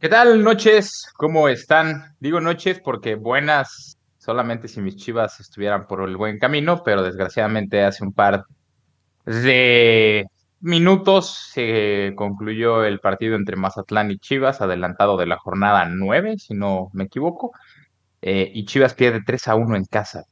¿Qué tal? Noches, ¿cómo están? Digo noches porque buenas solamente si mis Chivas estuvieran por el buen camino, pero desgraciadamente hace un par de minutos se concluyó el partido entre Mazatlán y Chivas, adelantado de la jornada 9, si no me equivoco, y Chivas pierde 3-1 en casa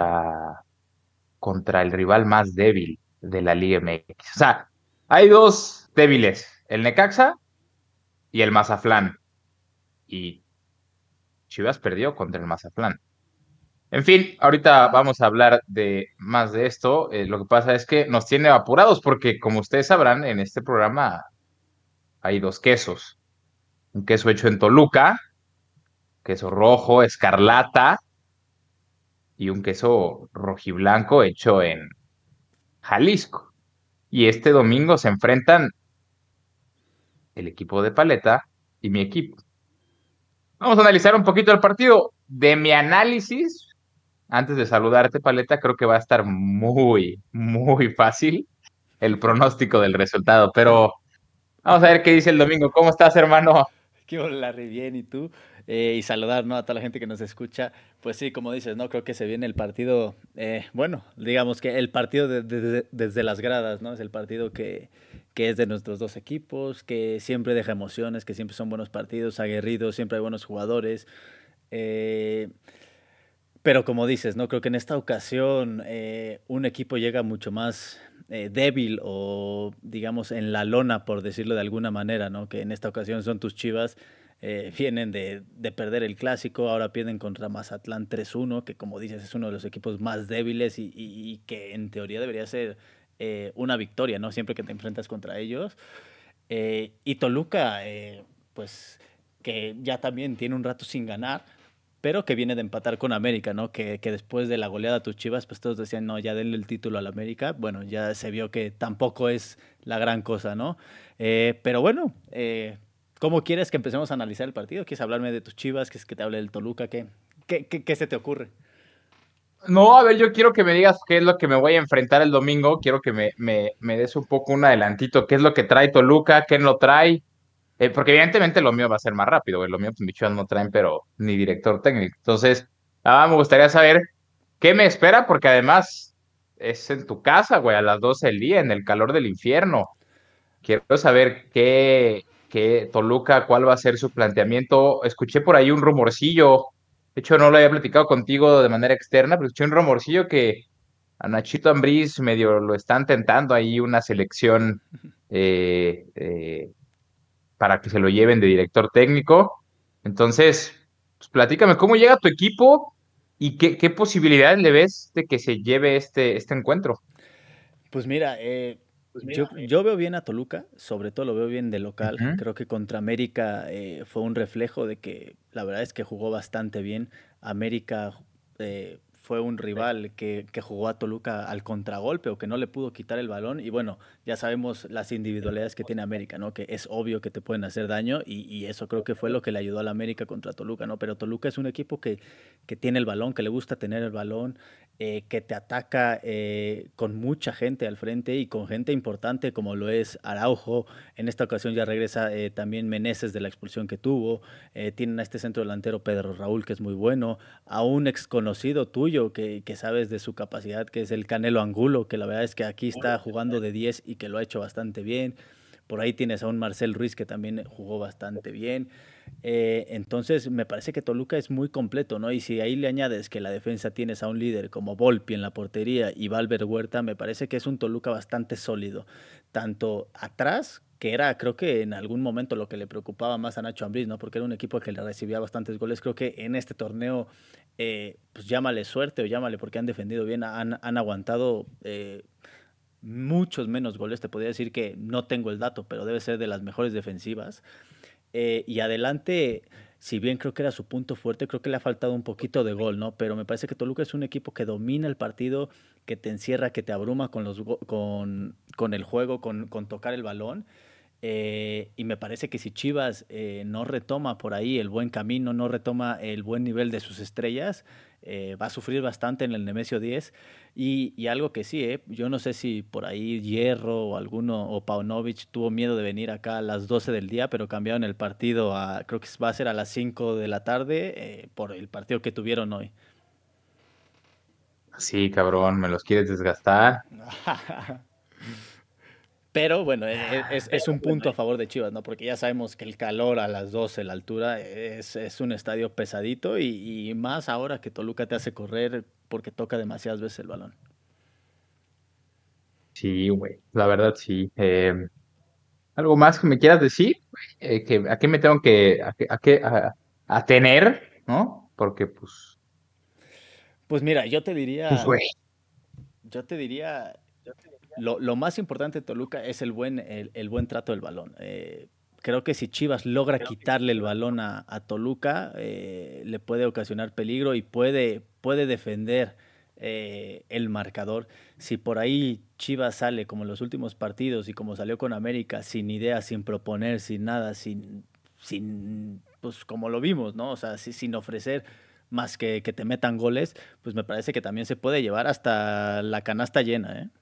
contra el rival más débil de la Liga MX. O sea, hay dos débiles, el Necaxa y el Mazatlán, y Chivas perdió contra el Mazatlán. En fin, ahorita vamos a hablar de más de esto. Lo que pasa es que nos tiene apurados porque, como ustedes sabrán, en este programa hay dos quesos. Un queso hecho en Toluca, queso rojo, escarlata, y un queso rojiblanco hecho en Jalisco. Y este domingo se enfrentan el equipo de Paleta y mi equipo. Vamos a analizar un poquito el partido. De mi análisis, antes de saludarte, Paleta, creo que va a estar muy fácil el pronóstico del resultado, pero vamos a ver qué dice el domingo. ¿Cómo estás, hermano? Qué hola, re bien, ¿y tú? Y saludar, ¿no? A toda la gente que nos escucha. Pues sí, como dices, ¿no? Creo que se viene el partido, bueno, digamos que el partido desde las gradas, ¿no? Es el partido que es de nuestros dos equipos, que siempre deja emociones, que siempre son buenos partidos, aguerridos, siempre hay buenos jugadores. Eh, pero como dices, ¿no? Creo que en esta ocasión un equipo llega mucho más débil o, digamos, en la lona, por decirlo de alguna manera, ¿no? Que en esta ocasión son tus Chivas. Vienen de perder el clásico, ahora pierden contra Mazatlán 3-1, que como dices es uno de los equipos más débiles y que en teoría debería ser una victoria, ¿no? Siempre que te enfrentas contra ellos. Y Toluca, pues que ya también tiene un rato sin ganar, pero que viene de empatar con América, ¿no? Que después de la goleada a tus Chivas, pues todos decían, no, ya denle el título al América. Bueno, ya se vio que tampoco es la gran cosa, ¿no? Pero bueno, ¿cómo quieres que empecemos a analizar el partido? ¿Quieres hablarme de tus Chivas? ¿Quieres que te hable del Toluca? ¿Qué se te ocurre? No, a ver, yo quiero que me digas qué es lo que me voy a enfrentar el domingo. Quiero que me des un poco un adelantito. ¿Qué es lo que trae Toluca? ¿Qué no trae? Porque evidentemente lo mío va a ser más rápido, güey. Lo mío, pues mis Chivas no traen, pero ni director técnico. Entonces, me gustaría saber qué me espera, porque además es en tu casa, güey, a las 12 del día, en el calor del infierno. Quiero saber qué Toluca, cuál va a ser su planteamiento. Escuché por ahí un rumorcillo, de hecho no lo había platicado contigo de manera externa, pero escuché un rumorcillo que a Nachito Ambriz medio lo están tentando ahí una selección eh, eh, para que se lo lleven de director técnico. Entonces, pues platícame, ¿cómo llega tu equipo y qué posibilidades le ves de que se lleve este encuentro? Pues mira, yo veo bien a Toluca, sobre todo lo veo bien de local. Ujú. Creo que contra América fue un reflejo de que la verdad es que jugó bastante bien. América fue un rival que jugó a Toluca al contragolpe o que no le pudo quitar el balón. Y bueno, ya sabemos las individualidades que tiene América, ¿no? Que es obvio que te pueden hacer daño y eso creo que fue lo que le ayudó a la América contra Toluca, ¿no? Pero Toluca es un equipo que tiene el balón, que le gusta tener el balón, que te ataca con mucha gente al frente y con gente importante como lo es Araujo. En esta ocasión ya regresa también Meneses de la expulsión que tuvo. Tienen a este centro delantero Pedro Raúl, que es muy bueno. A un ex conocido tuyo que sabes de su capacidad, que es el Canelo Angulo, que la verdad es que aquí está jugando de 10 y que lo ha hecho bastante bien. Por ahí tienes a un Marcel Ruiz que también jugó bastante bien. Entonces, me parece que Toluca es muy completo, ¿no? Y si ahí le añades que la defensa tienes a un líder como Volpi en la portería y Valver Huerta, me parece que es un Toluca bastante sólido. Tanto atrás, que era, creo que en algún momento lo que le preocupaba más a Nacho Ambriz, ¿no? Porque era un equipo que le recibía bastantes goles. Creo que en este torneo, pues llámale suerte o llámale porque han defendido bien, han aguantado. Muchos menos goles, te podría decir que no tengo el dato, pero debe ser de las mejores defensivas. Y adelante, si bien creo que era su punto fuerte, creo que le ha faltado un poquito de gol, ¿no? Pero me parece que Toluca es un equipo que domina el partido, que te encierra, que te abruma con el juego, con tocar el balón. Y me parece que si Chivas no retoma por ahí el buen camino, no retoma el buen nivel de sus estrellas, va a sufrir bastante en el Nemesio 10. Y algo que sí, yo no sé si por ahí Hierro o alguno, o Paunovic tuvo miedo de venir acá a las 12 del día, pero cambiaron el partido a, creo que va a ser a las 5 de la tarde, por el partido que tuvieron hoy. Sí, cabrón, me los quieres desgastar. Pero bueno, es un punto a favor de Chivas, ¿no? Porque ya sabemos que el calor a las 12, la altura, es un estadio pesadito y más ahora que Toluca te hace correr porque toca demasiadas veces el balón. Sí, güey, la verdad sí. ¿Algo más que me quieras decir? ¿A qué me tengo que, a tener, ¿no? Porque, Pues mira, pues, güey. yo te diría, lo más importante de Toluca es el buen trato del balón. Creo que si Chivas logra quitarle el balón a Toluca, le puede ocasionar peligro y puede defender el marcador. Si por ahí Chivas sale como en los últimos partidos y como salió con América, sin ideas, sin proponer, sin nada, pues como lo vimos, ¿no? O sea, sin ofrecer más que te metan goles, pues me parece que también se puede llevar hasta la canasta llena, ¿eh?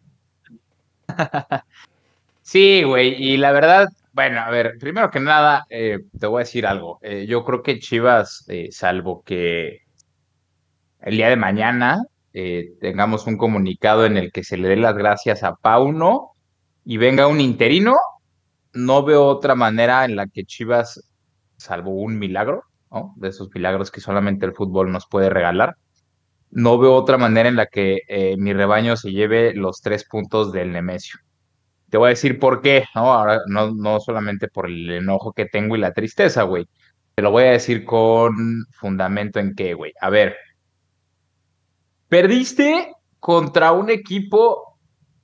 Sí, güey, y la verdad, bueno, a ver, primero que nada, te voy a decir algo. Yo creo que Chivas, salvo que el día de mañana tengamos un comunicado en el que se le dé las gracias a Pauno y venga un interino, no veo otra manera en la que Chivas, salvo un milagro, ¿no? De esos milagros que solamente el fútbol nos puede regalar, no veo otra manera en la que mi rebaño se lleve los 3 puntos del Nemesio. Te voy a decir por qué, ¿no? Ahora, no solamente por el enojo que tengo y la tristeza, güey. Te lo voy a decir con fundamento en qué, güey. A ver, perdiste contra un equipo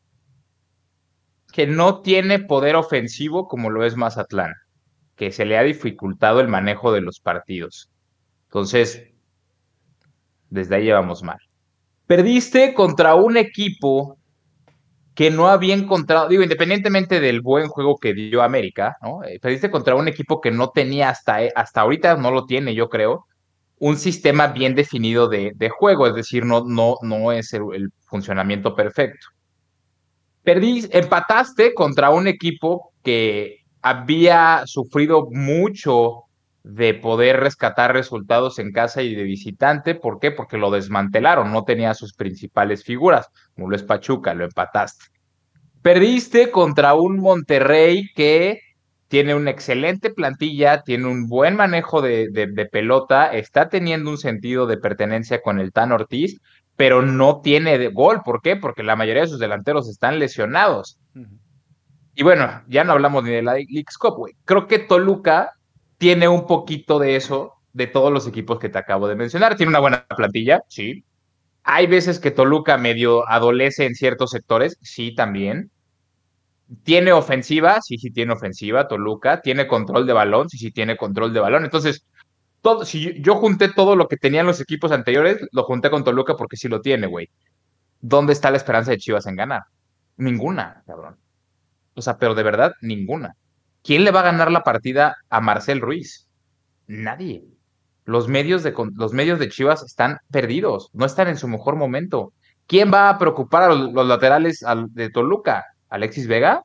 que no tiene poder ofensivo como lo es Mazatlán, que se le ha dificultado el manejo de los partidos. Entonces, desde ahí llevamos mal. Perdiste contra un equipo que no había encontrado, digo, independientemente del buen juego que dio América, ¿no? Perdiste contra un equipo que no tenía hasta ahorita, no lo tiene, yo creo, un sistema bien definido de juego, es decir, no es el funcionamiento perfecto. Empataste contra un equipo que había sufrido mucho de poder rescatar resultados en casa y de visitante. ¿Por qué? Porque lo desmantelaron, no tenía sus principales figuras, como lo es Pachuca, lo empataste. Perdiste contra un Monterrey que tiene una excelente plantilla, tiene un buen manejo de pelota, está teniendo un sentido de pertenencia con el Tan Ortiz, pero no tiene gol. ¿Por qué? Porque la mayoría de sus delanteros están lesionados. Ujú. Y bueno, ya no hablamos ni de la Leagues Cup, güey. Creo que Toluca tiene un poquito de eso de todos los equipos que te acabo de mencionar. Tiene una buena plantilla, sí. Hay veces que Toluca medio adolece en ciertos sectores, sí, también. ¿Tiene ofensiva? Sí, sí tiene ofensiva, Toluca. ¿Tiene control de balón? Sí, sí tiene control de balón. Entonces, si yo junté todo lo que tenían los equipos anteriores, lo junté con Toluca porque sí lo tiene, güey. ¿Dónde está la esperanza de Chivas en ganar? Ninguna, cabrón. O sea, pero de verdad, ninguna. ¿Quién le va a ganar la partida a Marcel Ruiz? Nadie. Los medios de Chivas están perdidos, no están en su mejor momento. ¿Quién va a preocupar a los laterales de Toluca? ¿Alexis Vega?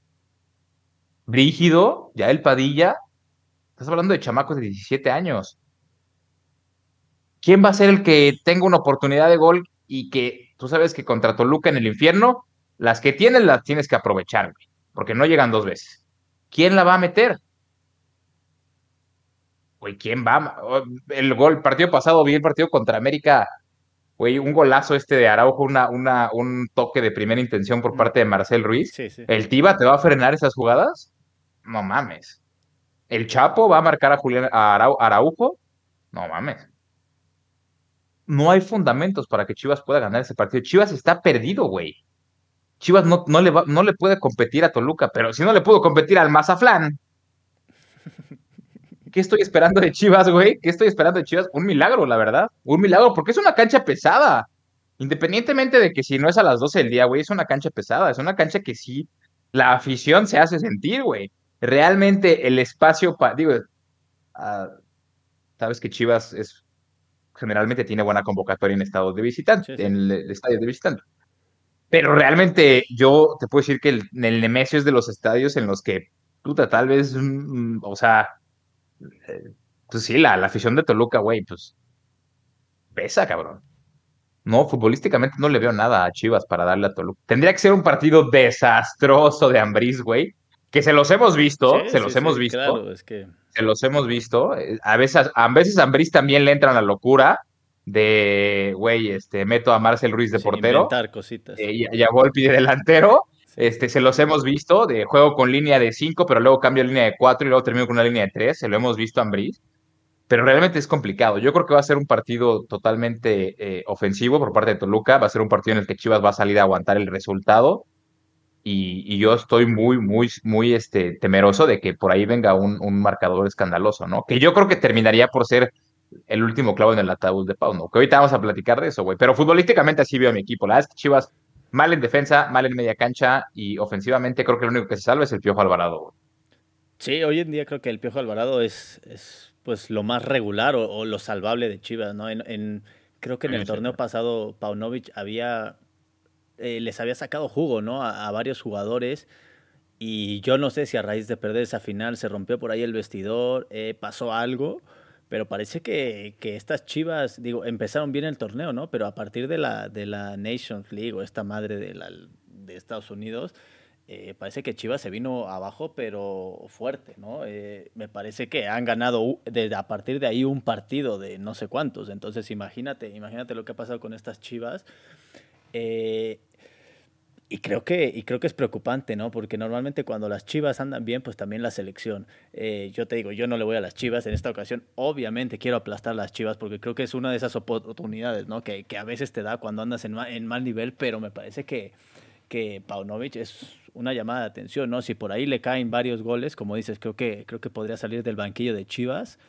Brígido, ya el Padilla, estás hablando de chamacos de 17 años. ¿Quién va a ser el que tenga una oportunidad de gol y que tú sabes que contra Toluca en el infierno, las que tienes las tienes que aprovechar, güey, porque no llegan dos veces? ¿Quién la va a meter? Güey, ¿quién va? El gol, partido pasado, vi el partido contra América, güey, un golazo este de Araujo, un toque de primera intención por Mm, parte de Marcel Ruiz. sí, sí. ¿El Tiva te va a frenar esas jugadas? No mames. ¿El Chapo va a marcar a Julián Araujo? No mames. No hay fundamentos para que Chivas pueda ganar ese partido. Chivas está perdido, güey. Chivas no le puede competir a Toluca, pero si no le pudo competir al Mazatlán, ¿qué estoy esperando de Chivas, güey? ¿Qué estoy esperando de Chivas? Un milagro, la verdad. Un milagro, porque es una cancha pesada. Independientemente de que si no es a las 12 del día, güey, es una cancha pesada. Es una cancha que sí, la afición se hace sentir, güey. Realmente el espacio, digo, ah, sabes que Chivas es generalmente tiene buena convocatoria en estados de visitante, Sí, sí. en el estadio de visitante. Pero realmente yo te puedo decir que el Nemesio es de los estadios en los que, puta, tal vez, o sea, eh, pues sí, la afición de Toluca, güey, pues pesa, cabrón. No, futbolísticamente no le veo nada a Chivas para darle a Toluca. Tendría que ser un partido desastroso de Ambriz, güey, que se los hemos visto, Sí, se sí, los hemos sí, visto, claro, es que se los hemos visto. A veces Ambriz también le entran a la locura de, güey, meto a Marcel Ruiz de sí, portero inventar cositas. y a Volpi de delantero. Sí, sí. Se los hemos visto de juego con línea de 5, pero luego cambio a línea de 4 y luego termino con una línea de 3. Se lo hemos visto a Ambriz, pero realmente es complicado. Yo creo que va a ser un partido totalmente ofensivo por parte de Toluca. Va a ser un partido en el que Chivas va a salir a aguantar el resultado. Y yo estoy muy, muy, muy temeroso de que por ahí venga un marcador escandaloso, ¿no? Que yo creo que terminaría por ser el último clavo en el ataúd de Pau, ¿no? Que ahorita vamos a platicar de eso, güey. Pero futbolísticamente así veo a mi equipo. La verdad es que Chivas mal en defensa, mal en media cancha y ofensivamente creo que lo único que se salva es el Piojo Alvarado, güey. Sí, hoy en día creo que el Piojo Alvarado es pues lo más regular o lo salvable de Chivas, ¿no? Creo que en el Sí, torneo pasado Paunovic les había sacado jugo, ¿no? A varios jugadores. Y yo no sé si a raíz de perder esa final se rompió por ahí el vestidor, pasó algo, pero parece que estas Chivas, digo, empezaron bien el torneo, ¿no? Pero a partir de la Nations League o esta madre de Estados Unidos, parece que Chivas se vino abajo, pero fuerte, ¿no? Me parece que han ganado desde a partir de ahí un partido de no sé cuántos. Entonces imagínate lo que ha pasado con estas Chivas. Eh, y creo que es preocupante, ¿no? Porque normalmente cuando las Chivas andan bien, pues también la selección. Yo te digo, yo no le voy a las Chivas en esta ocasión. Obviamente quiero aplastar las Chivas porque creo que es una de esas oportunidades, ¿no? Que a veces te da cuando andas en mal nivel, pero me parece que Paunovic es una llamada de atención, ¿no? Si por ahí le caen varios goles, como dices, creo que podría salir del banquillo de Chivas.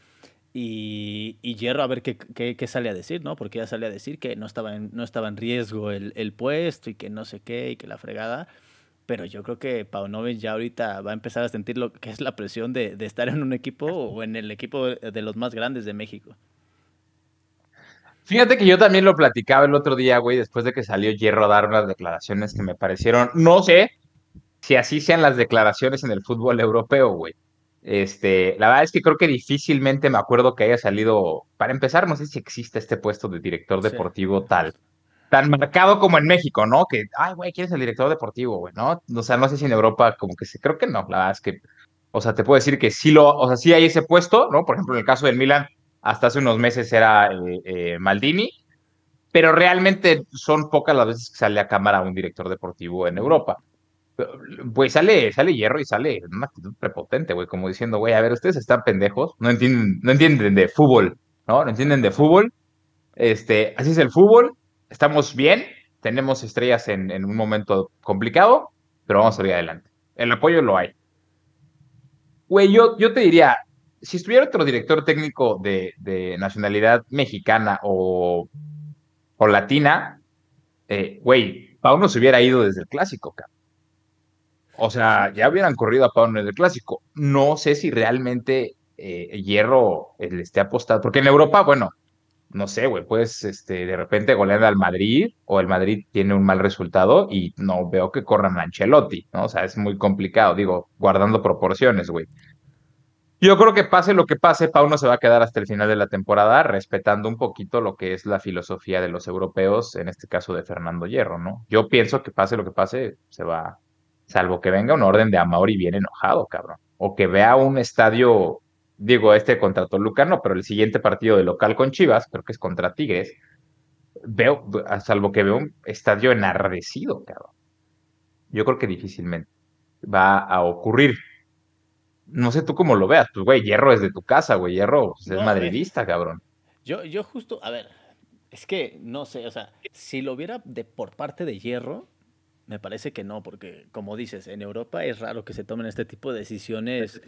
Y Hierro a ver qué sale a decir, ¿no? Porque ya sale a decir que no estaba en riesgo el puesto y que no sé qué y que la fregada. Pero yo creo que Paunovic ya ahorita va a empezar a sentir lo que es la presión de estar en un equipo o en el equipo de los más grandes de México. Fíjate que yo también lo platicaba el otro día, güey, después de que salió Hierro a dar unas declaraciones que me parecieron, no sé si así sean las declaraciones en el fútbol europeo, güey. La verdad es que creo que difícilmente me acuerdo que haya salido, para empezar, no sé si existe este puesto de director Sí, deportivo tal, justo. tan marcado como en México, ¿no? Que, ay, güey, ¿quién es el director deportivo, güey? ¿No? O sea, no sé si en Europa como que sí, creo que no, la verdad es que, o sea, te puedo decir que sí o sea, sí hay ese puesto, ¿no? Por ejemplo, en el caso del Milan, hasta hace unos meses era Maldini, pero realmente son pocas las veces que sale a cámara un director deportivo en Ujú. Europa. Güey, sale Hierro y sale en una actitud prepotente, güey, como diciendo, güey, a ver, ustedes están pendejos, no entienden de fútbol, ¿no? No entienden de fútbol. Así es el fútbol, estamos bien, tenemos estrellas en un momento complicado, pero vamos a salir adelante. El apoyo lo hay. Güey, yo te diría, si estuviera otro director técnico de nacionalidad mexicana o latina, güey, Pau no se hubiera ido desde el clásico, cabrón. O sea, Sí, ya sí. hubieran corrido a Pau en el clásico. No sé si realmente Hierro le esté apostado, porque en Europa, bueno, no sé, güey, pues de repente golean al Madrid o el Madrid tiene un mal resultado y no veo que corran a Ancelotti, ¿no? O sea, es muy complicado, digo, guardando proporciones, güey. Yo creo que pase lo que pase, Pau no se va a quedar hasta el final de la temporada, respetando un poquito lo que es la filosofía de los europeos, en este caso de Fernando Hierro, ¿no? Yo pienso que pase lo que pase, se va, salvo que venga una orden de Amauri bien enojado, cabrón. O que vea un estadio, digo, contra Toluca, no, pero el siguiente partido de local con Chivas, creo que es contra Tigres, salvo que veo un estadio enardecido, cabrón. Yo creo que difícilmente va a ocurrir. No sé tú cómo lo veas, pues, güey, Hierro es de tu casa, güey, Hierro pues, es No, a ver, madridista, cabrón. yo justo, a ver, es que no sé, o sea, si lo viera por parte de Hierro, me parece que no, porque como dices, en Europa es raro que se tomen este tipo de decisiones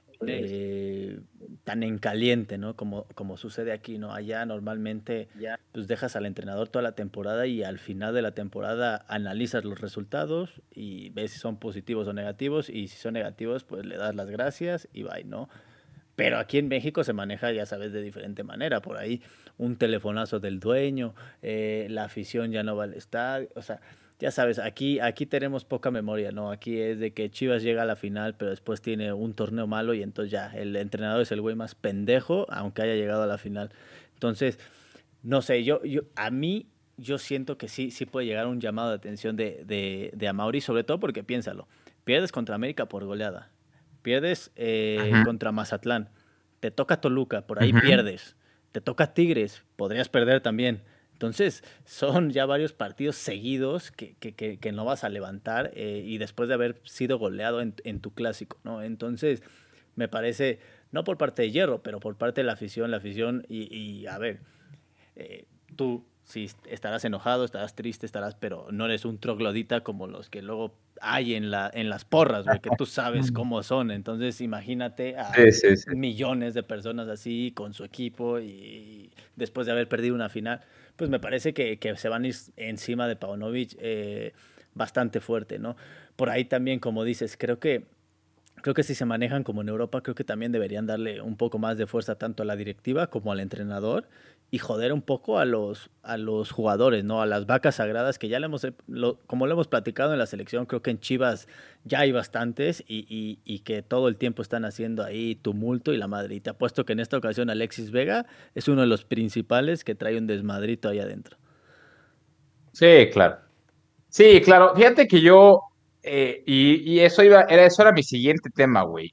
eh, tan en caliente, ¿no? Como sucede aquí, ¿no? Allá normalmente pues dejas al entrenador toda la temporada y al final de la temporada analizas los resultados y ves si son positivos o negativos y si son negativos pues le das las gracias y bye, ¿no? Pero aquí en México se maneja, ya sabes, de diferente manera. Por ahí un telefonazo del dueño, la afición ya no va al estadio. O sea, ya sabes, aquí tenemos poca memoria, ¿no? Aquí es de que Chivas llega a la final, pero después tiene un torneo malo y entonces ya, el entrenador es el güey más pendejo, aunque haya llegado a la final. Entonces, no sé, a mí, yo siento que sí puede llegar un llamado de atención de Amauri, sobre todo porque piénsalo, pierdes contra América por goleada, pierdes Ujú, contra Mazatlán, te toca Toluca, por ahí ujú. pierdes, te toca Tigres, podrías perder también. Entonces, son ya varios partidos seguidos que no vas a levantar y después de haber sido goleado en tu clásico, ¿no? Entonces, me parece, no por parte de Hierro, pero por parte de la afición y a ver, eh, tú sí estarás enojado, estarás triste, estarás, pero no eres un troglodita como los que luego hay en las porras, güey, que tú sabes Mm. cómo son. Entonces, imagínate a Sí, sí, sí. millones de personas así con su equipo y después de haber perdido una final, pues me parece que se van a ir encima de Paunovic bastante fuerte, ¿no? Por ahí también, como dices, creo que si se manejan como en Europa, creo que también deberían darle un poco más de fuerza tanto a la directiva como al entrenador y joder un poco a los jugadores, ¿no? A las vacas sagradas que ya como lo hemos platicado en la selección, creo que en Chivas ya hay bastantes y que todo el tiempo están haciendo ahí tumulto y la madre. Y te apuesto que en esta ocasión Alexis Vega es uno de los principales que trae un desmadrito ahí adentro. Sí, claro. Sí, claro. Fíjate que yo, y eso era mi siguiente tema, güey.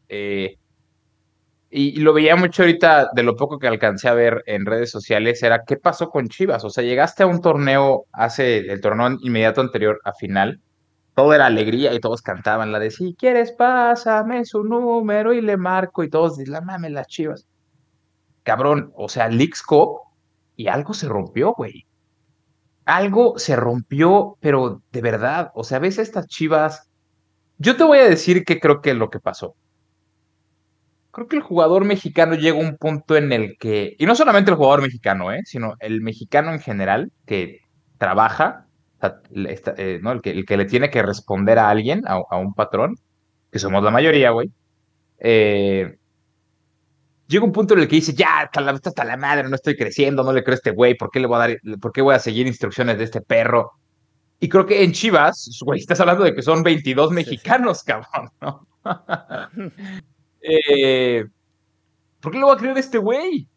Y lo veía mucho ahorita de lo poco que alcancé a ver en redes sociales, era qué pasó con Chivas. O sea, llegaste a un torneo el torneo inmediato anterior a final, todo era alegría y todos cantaban la de si quieres pásame su número y le marco y todos la mames las Chivas. Cabrón, o sea, Leagues Cup y algo se rompió, güey. Algo se rompió, pero de verdad, o sea, ves a estas Chivas. Yo te voy a decir que creo que es lo que pasó. Creo que el jugador mexicano llega a un punto en el que, y no solamente el jugador mexicano, sino el mexicano en general que trabaja, o sea, ¿no? El que le tiene que responder a alguien, a un patrón, que somos la mayoría, güey, eh, llega un punto en el que dice, ya, hasta la madre, no estoy creciendo, no le creo a este güey, ¿por qué le voy a dar, por qué voy a seguir instrucciones de este perro? Y creo que en Chivas, güey, estás hablando de que son 22 Sí, sí. mexicanos, cabrón, ¿no? Eh, ¿Por qué le voy a creer a este güey?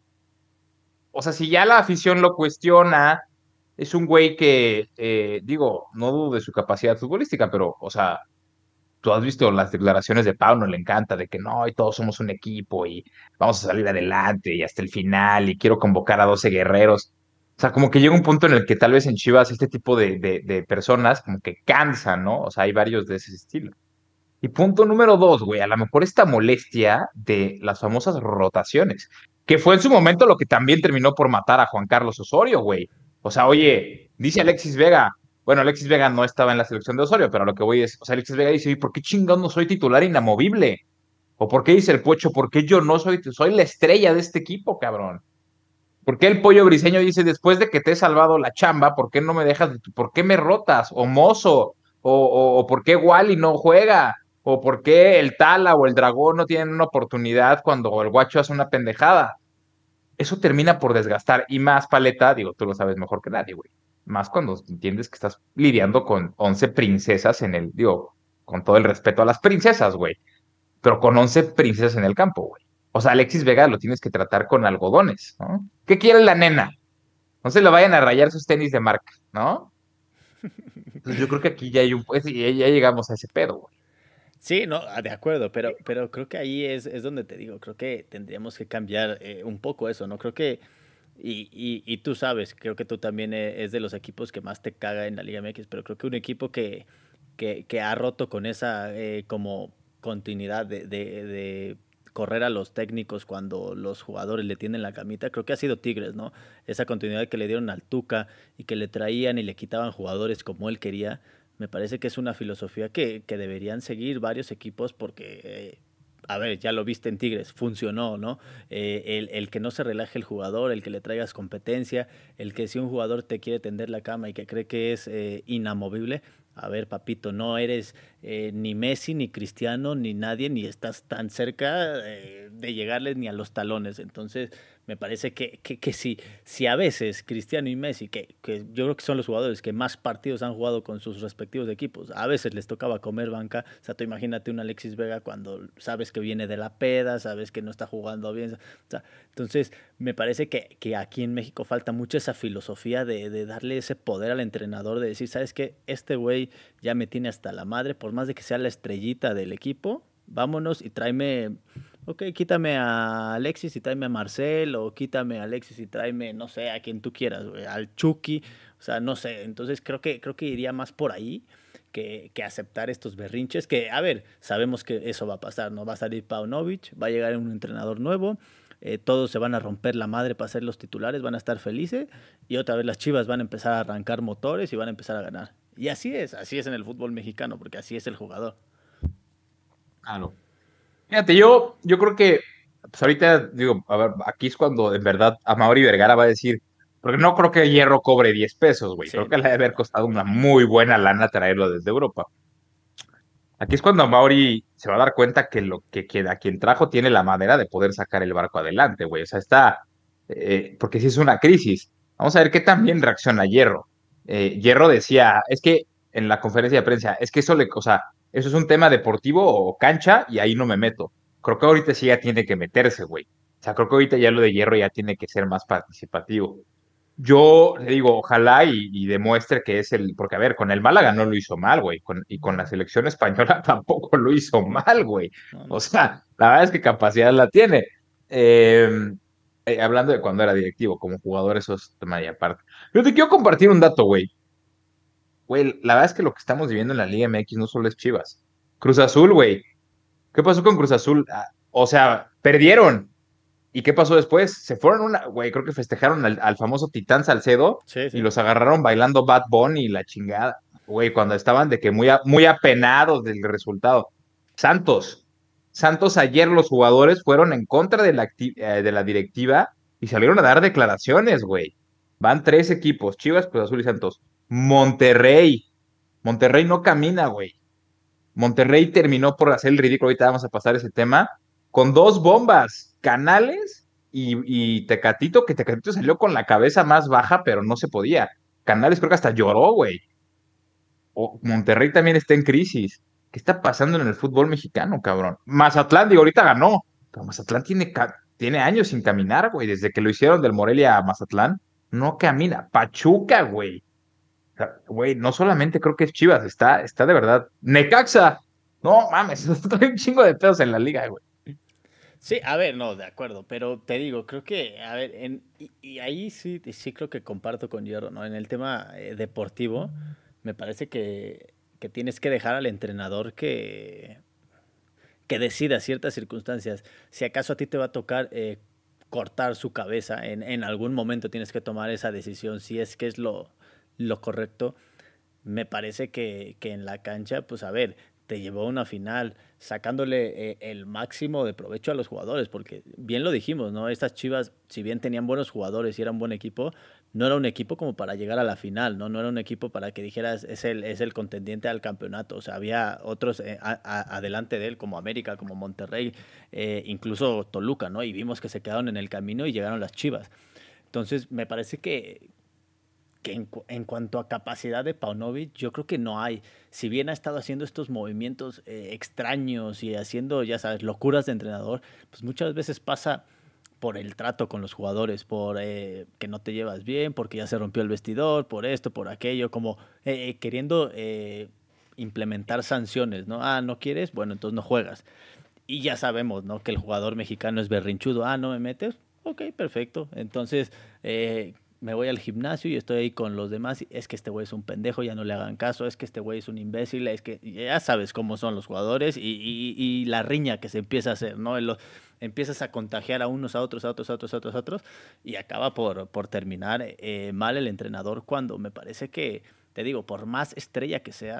O sea, si ya la afición lo cuestiona, es un güey que, digo, no dudo de su capacidad futbolística, pero, o sea, tú has visto las declaraciones de Pau, no le encanta, de que no, y todos somos un equipo y vamos a salir adelante y hasta el final y quiero convocar a 12 guerreros. O sea, como que llega un punto en el que tal vez en Chivas este tipo de personas como que cansan, ¿no? O sea, hay varios de ese estilo. Y punto número dos, güey, a lo mejor esta molestia de las famosas rotaciones, que fue en su momento lo que también terminó por matar a Juan Carlos Osorio, güey. O sea, Sí. oye, dice Alexis Vega, bueno, Alexis Vega no estaba en la selección de Osorio, pero lo que voy es, o sea, Alexis Vega dice, ¿y por qué chingado no soy titular inamovible? ¿O por qué dice el Pocho, por qué yo no soy la estrella de este equipo, cabrón? ¿Por qué el Pollo Briseño dice, después de que te he salvado la chamba, ¿por qué no me dejas, por qué me rotas? O Mozo, o por qué Wally no juega, o por qué el Tala o el Dragón no tienen una oportunidad cuando el Guacho hace una pendejada. Eso termina por desgastar y más paleta, digo, tú lo sabes mejor que nadie, güey. Más cuando entiendes que estás lidiando con 11 princesas digo, con todo el respeto a las princesas, güey, pero con 11 princesas en el campo, güey. O sea, Alexis Vega lo tienes que tratar con algodones, ¿no? ¿Qué quiere la nena? No se le vayan a rayar sus tenis de marca, ¿no? Entonces yo creo que aquí ya hay pues, ya llegamos a ese pedo, güey. Sí, no, de acuerdo, pero creo que ahí es donde te digo, creo que tendríamos que cambiar un poco eso, ¿no? Creo que, y tú sabes, creo que tú también es de los equipos que más te caga en la Liga MX, pero creo que un equipo que ha roto con esa como continuidad de correr a los técnicos cuando los jugadores le tienen la camita, creo que ha sido Tigres, ¿no? Esa continuidad que le dieron al Tuca y que le traían y le quitaban jugadores como él quería. Me parece que es una filosofía que deberían seguir varios equipos porque, a ver, ya lo viste en Tigres, funcionó, ¿no? El que no se relaje el jugador, el que le traigas competencia, el que si un jugador te quiere tender la cama y que cree que es inamovible, a ver, papito, no eres ni Messi, ni Cristiano, ni nadie, ni estás tan cerca de llegarles ni a los talones. Entonces, me parece que si a veces Cristiano y Messi, que yo creo que son los jugadores que más partidos han jugado con sus respectivos equipos, a veces les tocaba comer banca. O sea, tú imagínate un Alexis Vega cuando sabes que viene de la peda, sabes que no está jugando bien. O sea, entonces, me parece que aquí en México falta mucho esa filosofía de darle ese poder al entrenador, de decir, ¿sabes qué? Este güey ya me tiene hasta la madre, por más de que sea la estrellita del equipo, vámonos y tráeme, ok, quítame a Alexis y tráeme a Marcel, o quítame a Alexis y tráeme, no sé, a quien tú quieras, güey, al Chucky, o sea, no sé, entonces creo que iría más por ahí. Que aceptar estos berrinches, que a ver, sabemos que eso va a pasar, ¿no? Va a salir Paunovic, va a llegar un entrenador nuevo, todos se van a romper la madre para ser los titulares, van a estar felices y otra vez las Chivas van a empezar a arrancar motores y van a empezar a ganar. Y así es en el fútbol mexicano, porque así es el jugador. Claro. Fíjate, yo creo que, pues ahorita digo, a ver, aquí es cuando en verdad Amaury Vergara va a decir, porque no creo que Hierro cobre 10 pesos, güey. Sí, Creo que le no, debe no, haber no. costado una muy buena lana traerlo desde Europa. Aquí es cuando Amaury se va a dar cuenta que a quien trajo tiene la manera de poder sacar el barco adelante, güey. O sea, porque si es una crisis. Vamos a ver qué también reacciona Hierro. Hierro decía, es que en la conferencia de prensa, es que o sea, eso es un tema deportivo o cancha y ahí no me meto. Creo que ahorita sí ya tiene que meterse, güey. O sea, creo que ahorita ya lo de Hierro ya tiene que ser más participativo. Yo le digo, ojalá y demuestre que es porque a ver, con el Málaga no lo hizo mal, güey, y con la selección española tampoco lo hizo mal, güey. No, O no. sea, la verdad es que capacidad la tiene. Eh, Hablando de cuando era directivo, como jugador, eso es tema y aparte. Pero te quiero compartir un dato, güey. Güey, la verdad es que lo que estamos viviendo en la Liga MX no solo es Chivas. Cruz Azul, güey. ¿Qué pasó con Cruz Azul? O sea, perdieron. ¿Y qué pasó después? Se fueron güey, creo que festejaron al famoso Titán Salcedo Sí, y sí. los agarraron bailando Bad Bunny y la chingada, güey, cuando estaban de que muy apenados del resultado. Santos, Santos ayer los jugadores fueron en contra de la directiva y salieron a dar declaraciones, güey. Van tres equipos, Chivas, Cruz Azul y Santos. Monterrey, Monterrey no camina, güey. Monterrey terminó por hacer el ridículo, ahorita vamos a pasar ese tema, con dos bombas, Canales y Tecatito, que Tecatito salió con la cabeza más baja, pero no se podía. Canales creo que hasta lloró, güey. Monterrey también está en crisis. ¿Qué está pasando en el fútbol mexicano, cabrón? Mazatlán, digo, ahorita ganó, pero Mazatlán tiene años sin caminar, güey. Desde que lo hicieron del Morelia a Mazatlán, no camina. Pachuca, güey. O sea, güey, no solamente creo que es Chivas, está de verdad. Necaxa, no mames, trae un chingo de pedos en la liga, güey. Sí, a ver, no, de acuerdo, pero te digo, creo que, a ver, y ahí sí creo que comparto con Hierro, ¿no? En el tema deportivo, me parece que tienes que dejar al entrenador que decida ciertas circunstancias. Si acaso a ti te va a tocar cortar su cabeza, en algún momento tienes que tomar esa decisión, si es que es lo correcto. Me parece que en la cancha, pues a ver, te llevó a una final sacándole el máximo de provecho a los jugadores, porque bien lo dijimos, ¿no? Estas Chivas, si bien tenían buenos jugadores y eran buen equipo, no era un equipo como para llegar a la final, ¿no? No era un equipo para que dijeras es el contendiente al campeonato. O sea, había otros adelante de él, como América, como Monterrey, incluso Toluca, ¿no? Y vimos que se quedaron en el camino y llegaron las Chivas. Entonces, me parece que en cuanto a capacidad de Paunovic, yo creo que no hay. Si bien ha estado haciendo estos movimientos extraños y haciendo, ya sabes, locuras de entrenador, pues muchas veces pasa por el trato con los jugadores, por que no te llevas bien, porque ya se rompió el vestidor, por esto, por aquello, como queriendo implementar sanciones, ¿no? Ah, ¿no quieres? Bueno, entonces no juegas. Y ya sabemos, ¿no? Que el jugador mexicano es berrinchudo. Ah, ¿no me metes? Ok, perfecto. Entonces, me voy al gimnasio y estoy ahí con los demás. Es que este güey es un pendejo, ya no le hagan caso. Es que este güey es un imbécil. Es que ya sabes cómo son los jugadores y la riña que se empieza a hacer, ¿no? Empiezas a contagiar a unos, a otros, a otros, a otros, a otros, a otros. Y acaba por terminar mal el entrenador cuando me parece que, te digo, por más estrella que seas,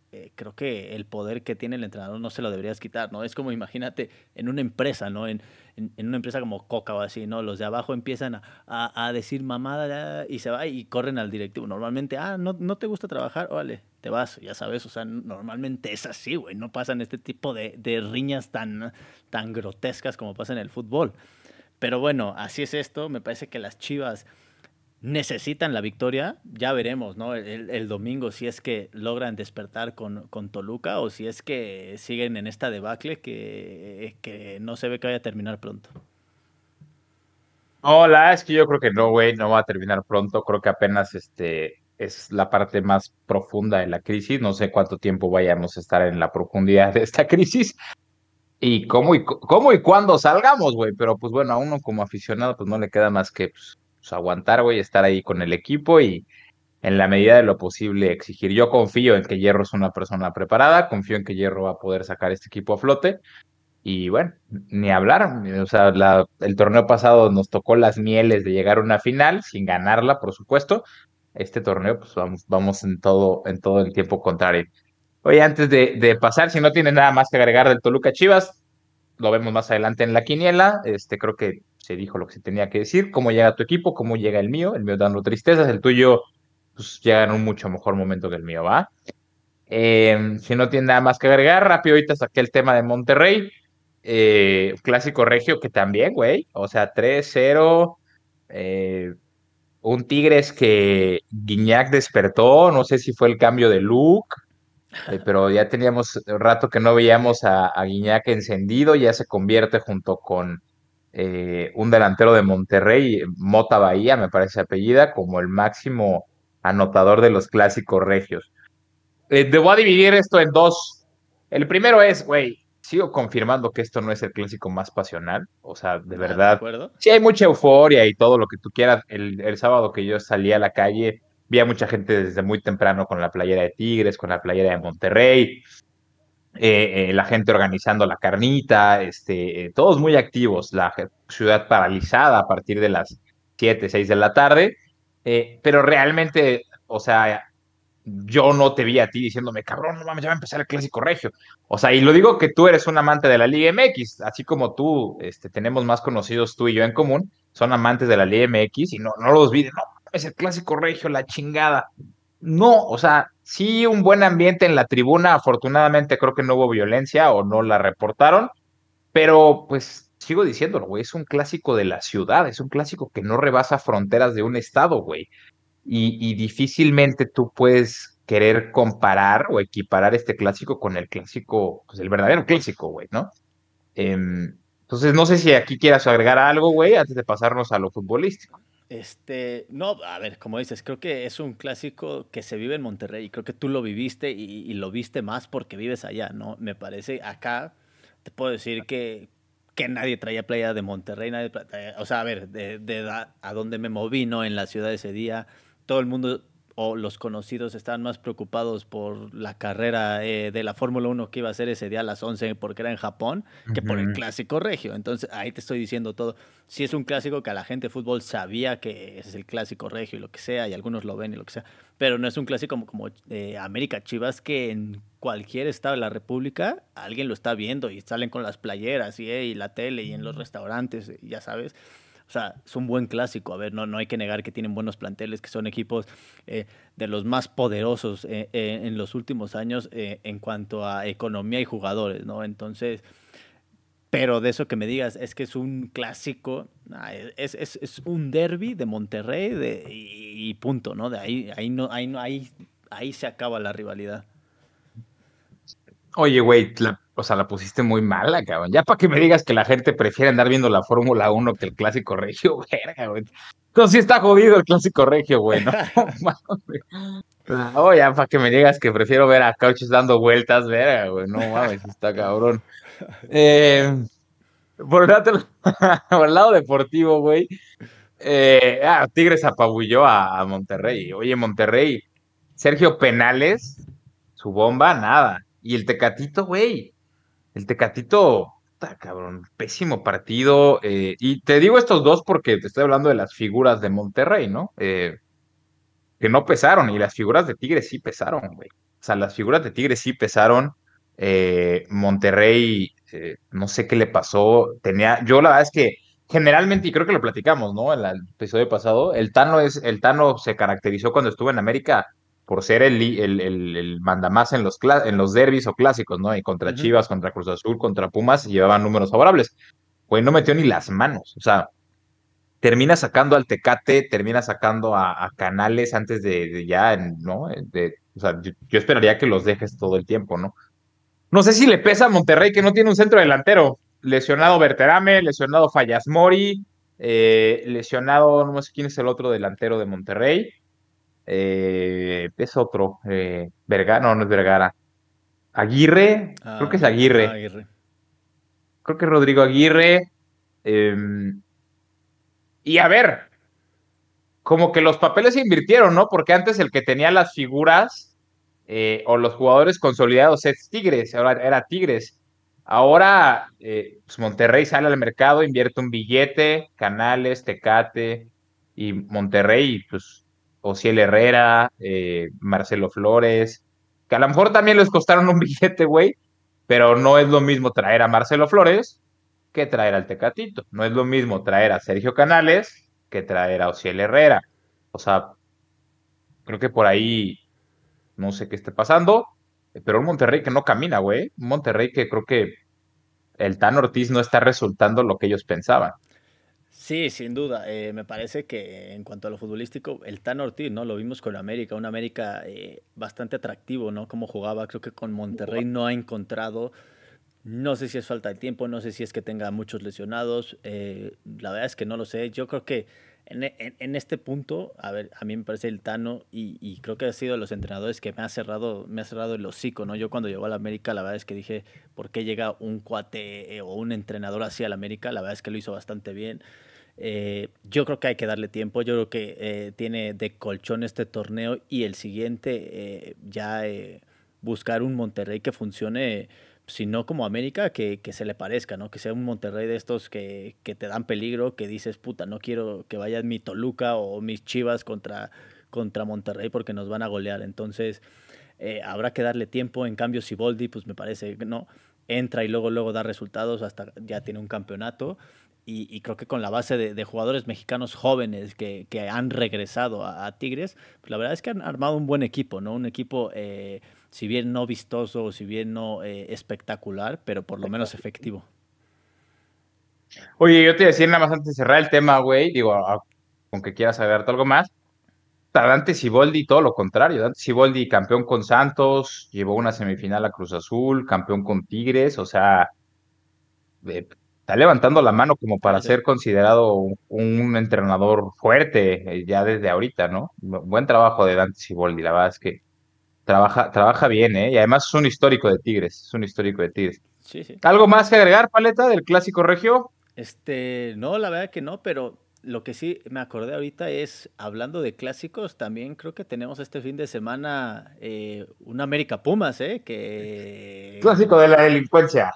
creo que el poder que tiene el entrenador no se lo deberías quitar, ¿no? Es como imagínate en una empresa, ¿no? En una empresa como Coca o así, ¿no? Los de abajo empiezan a decir mamada y se va y corren al directivo. Normalmente, no te gusta trabajar, órale, te vas, ya sabes, o sea, normalmente es así, güey, no pasan este tipo de riñas tan grotescas como pasa en el fútbol. Pero bueno, así es esto, me parece que las Chivas necesitan la victoria. Ya veremos, ¿no? El domingo si es que logran despertar con Toluca o si es que siguen en esta debacle que no se ve que vaya a terminar pronto. Hola, es que yo creo que no, güey, no va a terminar pronto. Creo que apenas es la parte más profunda de la crisis. No sé cuánto tiempo vayamos a estar en la profundidad de esta crisis y cómo y cuándo salgamos, güey. Pero pues bueno, a uno como aficionado, pues no le queda más que pues, aguantar, güey, estar ahí con el equipo y en la medida de lo posible exigir. Yo confío en que Hierro es una persona preparada, confío en que Hierro va a poder sacar este equipo a flote. Y bueno, ni hablar, o sea, el torneo pasado nos tocó las mieles de llegar a una final sin ganarla, por supuesto. Este torneo, pues vamos en todo el tiempo contrario. Oye, antes de pasar, si no tiene nada más que agregar del Toluca Chivas, lo vemos más adelante en la quiniela. Creo que se dijo lo que se tenía que decir, cómo llega tu equipo, cómo llega el mío dando tristezas, el tuyo, pues llega en un mucho mejor momento que el mío, ¿va? Si no tiene nada más que agregar, rápido ahorita saqué el tema de Monterrey. Clásico regio que también, güey. O sea, 3-0. eh, un Tigres que Guiñac despertó. No sé si fue el cambio de look, pero ya teníamos rato que no veíamos a Guiñac encendido. Ya se convierte junto con un delantero de Monterrey, Mota Bahía, me parece apellida, como el máximo anotador de los clásicos regios. Debo dividir esto en dos. El primero es, güey, sigo confirmando que esto no es el clásico más pasional. O sea, de Nada, ¿de verdad, acuerdo? sí hay mucha euforia y todo lo que tú quieras. El sábado que yo salí a la calle, vi a mucha gente desde muy temprano con la playera de Tigres, con la playera de Monterrey, la gente organizando la carnita, todos muy activos, ciudad paralizada a partir de las 7 6 de la tarde. Pero realmente, o sea, yo no te vi a ti diciéndome, cabrón, no mames, ya va a empezar el clásico regio. O sea, y lo digo que tú eres un amante de la Liga MX, así como tú, tenemos más conocidos tú y yo en común, son amantes de la Liga MX y no los vi, no, es el clásico regio, la chingada. No, o sea, sí un buen ambiente en la tribuna, afortunadamente creo que no hubo violencia o no la reportaron, pero pues sigo diciéndolo, güey, es un clásico de la ciudad, es un clásico que no rebasa fronteras de un estado, güey y difícilmente tú puedes querer comparar o equiparar este clásico con el clásico, pues el verdadero clásico, güey, ¿no? Entonces, no sé si aquí quieras agregar algo, güey, antes de pasarnos a lo futbolístico. No, a ver, como dices, creo que es un clásico que se vive en Monterrey y creo que tú lo viviste y lo viste más porque vives allá, ¿no? Me parece, acá te puedo decir que nadie traía playa de Monterrey, o sea, a ver, a dónde me moví, ¿no? En la ciudad ese día, todo el mundo o los conocidos estaban más preocupados por la carrera de la Fórmula 1 que iba a ser ese día a las 11 porque era en Japón que por el Ujú. clásico regio. Entonces, ahí te estoy diciendo todo. Sí es un clásico que a la gente de fútbol sabía que es el clásico regio y lo que sea, y algunos lo ven y lo que sea, pero no es un clásico como América Chivas que en cualquier estado de la República alguien lo está viendo y salen con las playeras y la tele y en los restaurantes, ya sabes. O sea, es un buen clásico. A ver, no hay que negar que tienen buenos planteles, que son equipos de los más poderosos en los últimos años en cuanto a economía y jugadores, ¿no? Entonces, pero de eso que me digas, es que es un clásico, es un derby de Monterrey y punto, ¿no? De ahí se acaba la rivalidad. Oye, güey, o sea, la pusiste muy mala, cabrón. Ya para que me digas que la gente prefiere andar viendo la Fórmula 1 que el clásico regio, verga, güey. Entonces sí está jodido el clásico regio, güey, ¿no? Mames. Oh, ya para que me digas que prefiero ver a Couches dando vueltas, verga, güey. No mames, está cabrón. Eh, por el lado, por el lado deportivo, güey. Tigres apabulló a Monterrey. Oye, Monterrey, Sergio Penales, su bomba, nada. Y el Tecatito, güey. El Tecatito, puta, cabrón, pésimo partido. Y te digo estos dos porque te estoy hablando de las figuras de Monterrey, ¿no? Que no pesaron y las figuras de Tigres sí pesaron, güey. O sea, las figuras de Tigres sí pesaron. Monterrey, no sé qué le pasó. Yo la verdad es que generalmente, y creo que lo platicamos, ¿no? En el episodio pasado, el Tano se caracterizó cuando estuvo en América por ser el mandamás en en los derbis o clásicos, ¿no? Y contra Ujú. Chivas, contra Cruz Azul, contra Pumas, llevaban números favorables. Güey, no metió ni las manos. O sea, termina sacando al Tecate, termina sacando a Canales antes de ya, ¿no? O sea, yo esperaría que los dejes todo el tiempo, ¿no? No sé si le pesa a Monterrey que no tiene un centro delantero. Lesionado Berterame, lesionado Fallas Mori, lesionado, no sé quién es el otro delantero de Monterrey. Es otro, Vergara, no, no es Vergara. Aguirre, creo Ah, que es ajá, Aguirre. Aguirre. Creo que es Rodrigo Aguirre. eh, y a ver, como que los papeles se invirtieron, ¿no? Porque antes el que tenía las figuras o los jugadores consolidados es Tigres, ahora era Tigres. Ahora pues Monterrey sale al mercado, invierte un billete, Canales, Tecate y Monterrey, pues Ociel Herrera, Marcelo Flores, que a lo mejor también les costaron un billete, güey, pero no es lo mismo traer a Marcelo Flores que traer al Tecatito. No es lo mismo traer a Sergio Canales que traer a Ociel Herrera. O sea, creo que por ahí no sé qué esté pasando, pero un Monterrey que no camina, güey. Un Monterrey que creo que el Tan Ortiz no está resultando lo que ellos pensaban. Sí, sin duda. Me parece que en cuanto a lo futbolístico, el Tan Ortiz, ¿no? Lo vimos con América, un América bastante atractivo, ¿no? Cómo jugaba, creo que con Monterrey no ha encontrado, no sé si es falta de tiempo, no sé si es que tenga muchos lesionados, la verdad es que no lo sé. Yo creo que en este punto, a ver, a mí me parece el Tano y creo que ha sido de los entrenadores que me ha cerrado el hocico, ¿no? Yo cuando llegó a la América, la verdad es que dije, ¿por qué llega un cuate o un entrenador así a la América? La verdad es que lo hizo bastante bien. Yo creo que hay que darle tiempo. Yo creo que tiene de colchón este torneo y el siguiente buscar un Monterrey que funcione, si no como América, que se le parezca, ¿no? Que sea un Monterrey de estos que te dan peligro, que dices, puta, no quiero que vaya mi Toluca o mis Chivas contra Monterrey porque nos van a golear. Entonces, habrá que darle tiempo. En cambio, Siboldi, pues me parece que no. Entra y luego da resultados, hasta ya tiene un campeonato. Y creo que con la base de jugadores mexicanos jóvenes que han regresado a Tigres, pues la verdad es que han armado un buen equipo, ¿no? Un equipo, si bien no vistoso, si bien no espectacular, pero por lo menos efectivo. Oye, yo te decía nada más antes de cerrar el tema, güey, digo, con que quieras agregarte algo más. Dante Siboldi, todo lo contrario. Dante Siboldi, campeón con Santos, llevó una semifinal a Cruz Azul, campeón con Tigres, o sea, está levantando la mano como para Sí, sí. ser considerado un entrenador fuerte ya desde ahorita, ¿no? Buen trabajo de Dante Siboldi, la verdad es que trabaja bien, ¿eh? Y además es un histórico de Tigres, es un histórico de Tigres. Sí, sí. ¿Algo más que agregar, Paleta, del clásico regio? No, la verdad que no, pero lo que sí me acordé ahorita es, hablando de clásicos, también creo que tenemos este fin de semana un América Pumas, ¿eh? Que... Clásico de la delincuencia.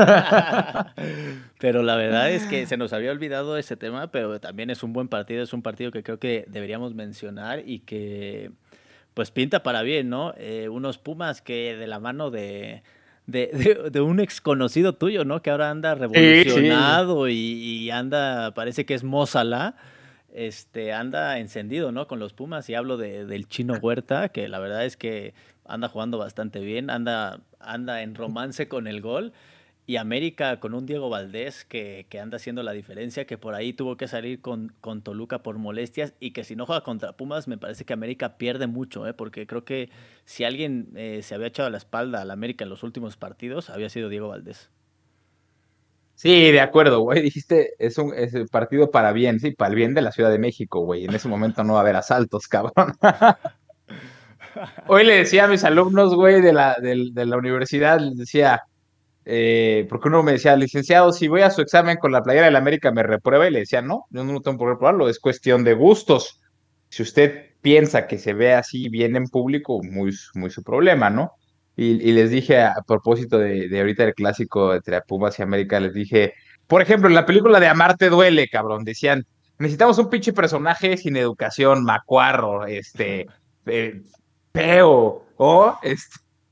Pero la verdad es que se nos había olvidado ese tema, pero también es un buen partido, es un partido que creo que deberíamos mencionar y que pues pinta para bien, ¿no? Unos Pumas que de la mano de un ex conocido tuyo, ¿no? Que ahora anda Sí, sí. revolucionado y anda, parece que es Mo Salah, anda encendido, ¿no? Con los Pumas y hablo del Chino Huerta, que la verdad es que anda jugando bastante bien, anda en romance con el gol. Y América con un Diego Valdés que anda haciendo la diferencia, que por ahí tuvo que salir con Toluca por molestias y que si no juega contra Pumas, me parece que América pierde mucho, ¿eh? Porque creo que si alguien se había echado a la espalda al América en los últimos partidos, había sido Diego Valdés. Sí, de acuerdo, güey. Dijiste, es un partido para bien, sí, para el bien de la Ciudad de México, güey. En ese momento no va a haber asaltos, cabrón. Hoy le decía a mis alumnos, güey, de la universidad, les decía, porque uno me decía, licenciado, si voy a su examen con la playera del América, ¿me reprueba? Y le decía, no, yo no tengo por qué reprobarlo, es cuestión de gustos. Si usted piensa que se ve así bien en público, muy su problema, ¿no? Y les dije, a propósito de ahorita el clásico entre Pumas y América, les dije, por ejemplo, en la película de Amarte duele, cabrón, decían, necesitamos un pinche personaje sin educación, macuarro, eh, feo, o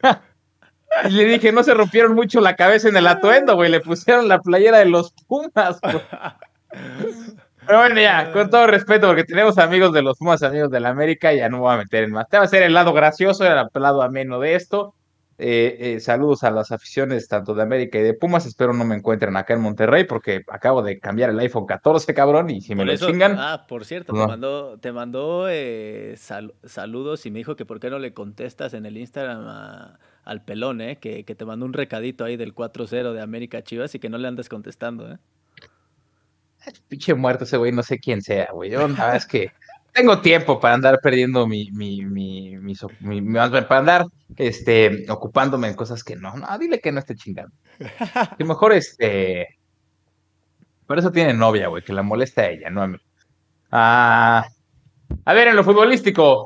Y le dije, no se rompieron mucho la cabeza en el atuendo, güey. Le pusieron la playera de los Pumas, güey. Pero bueno, ya, con todo respeto, porque tenemos amigos de los Pumas, amigos de la América, ya no me voy a meter en más. Te va a ser el lado gracioso, el lado ameno de esto. Saludos a las aficiones tanto de América y de Pumas. Espero no me encuentren acá en Monterrey, porque acabo de cambiar el iPhone 14, cabrón, y si me Por lo eso, chingan, por cierto, pues no. te mandó saludos y me dijo que por qué no le contestas en el Instagram al pelón, que te mandó un recadito ahí del 4-0 de América Chivas y que no le andes contestando, ¿eh? Pinche muerto ese güey, no sé quién sea, güey. Yo la verdad es que tengo tiempo para andar perdiendo más bien, para andar ocupándome en cosas que no. No, dile que no esté chingando. Que mejor por eso tiene novia, güey, que la molesta a ella, no a mí. Ah, a ver, en lo futbolístico,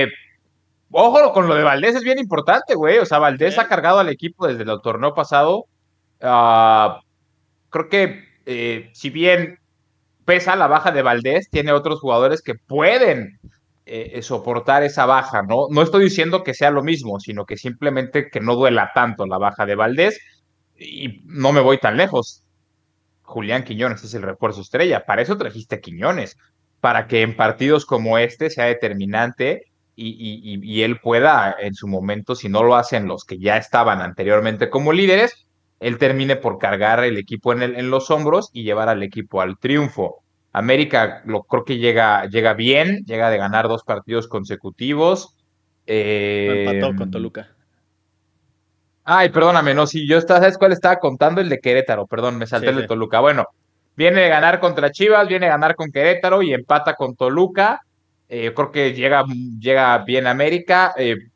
ojo con lo de Valdés, es bien importante, güey. O sea, ¿Sí? Valdés ha cargado al equipo desde el torneo pasado. Ah, creo que si bien pesa la baja de Valdés, tiene otros jugadores que pueden soportar esa baja, ¿no? No estoy diciendo que sea lo mismo, sino que simplemente que no duela tanto la baja de Valdés. Y no me voy tan lejos. Julián Quiñones es el refuerzo estrella. Para eso trajiste a Quiñones, para que en partidos como este sea determinante y él pueda en su momento, si no lo hacen los que ya estaban anteriormente como líderes, él termine por cargar el equipo en los hombros y llevar al equipo al triunfo. América lo creo que llega bien, llega de ganar 2 partidos consecutivos. No Eh, empató con Toluca. Ay, perdóname, no, sí, ¿sabes cuál estaba contando? El de Querétaro, perdón, me salté Sí, el de sí. Toluca. Bueno, viene de ganar contra Chivas, viene de ganar con Querétaro y empata con Toluca. Creo que llega bien América.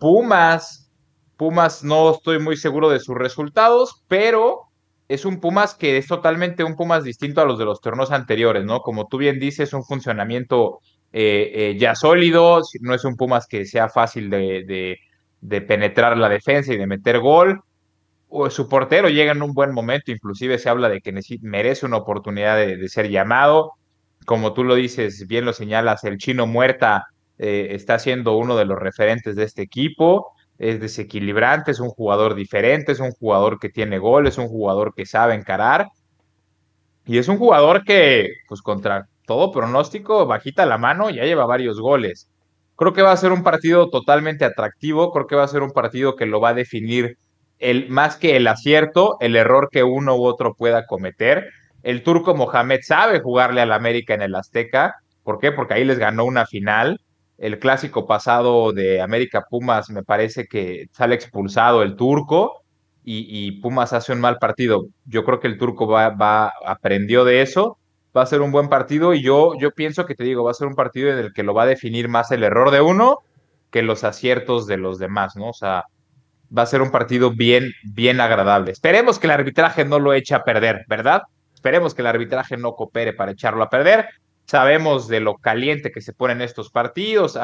Pumas, no estoy muy seguro de sus resultados, pero es un Pumas que es totalmente un Pumas distinto a los de los torneos anteriores, ¿no? Como tú bien dices, un funcionamiento ya sólido, no es un Pumas que sea fácil de penetrar la defensa y de meter gol. O su portero llega en un buen momento, inclusive se habla de que merece una oportunidad de ser llamado. Como tú lo dices, bien lo señalas, el Chino Muerta está siendo uno de los referentes de este equipo, es desequilibrante, es un jugador diferente, es un jugador que tiene gol, es un jugador que sabe encarar y es un jugador que, pues contra todo pronóstico, bajita la mano, ya lleva varios goles. Creo que va a ser un partido totalmente atractivo, creo que va a ser un partido que lo va a definir más que el acierto, el error que uno u otro pueda cometer. El turco Mohamed sabe jugarle al América en el Azteca. ¿Por qué? Porque ahí les ganó una final. El clásico pasado de América Pumas me parece que sale expulsado el turco y Pumas hace un mal partido. Yo creo que el turco aprendió de eso, va a ser un buen partido y yo pienso que te digo, va a ser un partido en el que lo va a definir más el error de uno que los aciertos de los demás, ¿no? O sea, va a ser un partido bien, bien agradable. Esperemos que el arbitraje no lo eche a perder, ¿verdad? Esperemos que el arbitraje no coopere para echarlo a perder. Sabemos de lo caliente que se ponen estos partidos,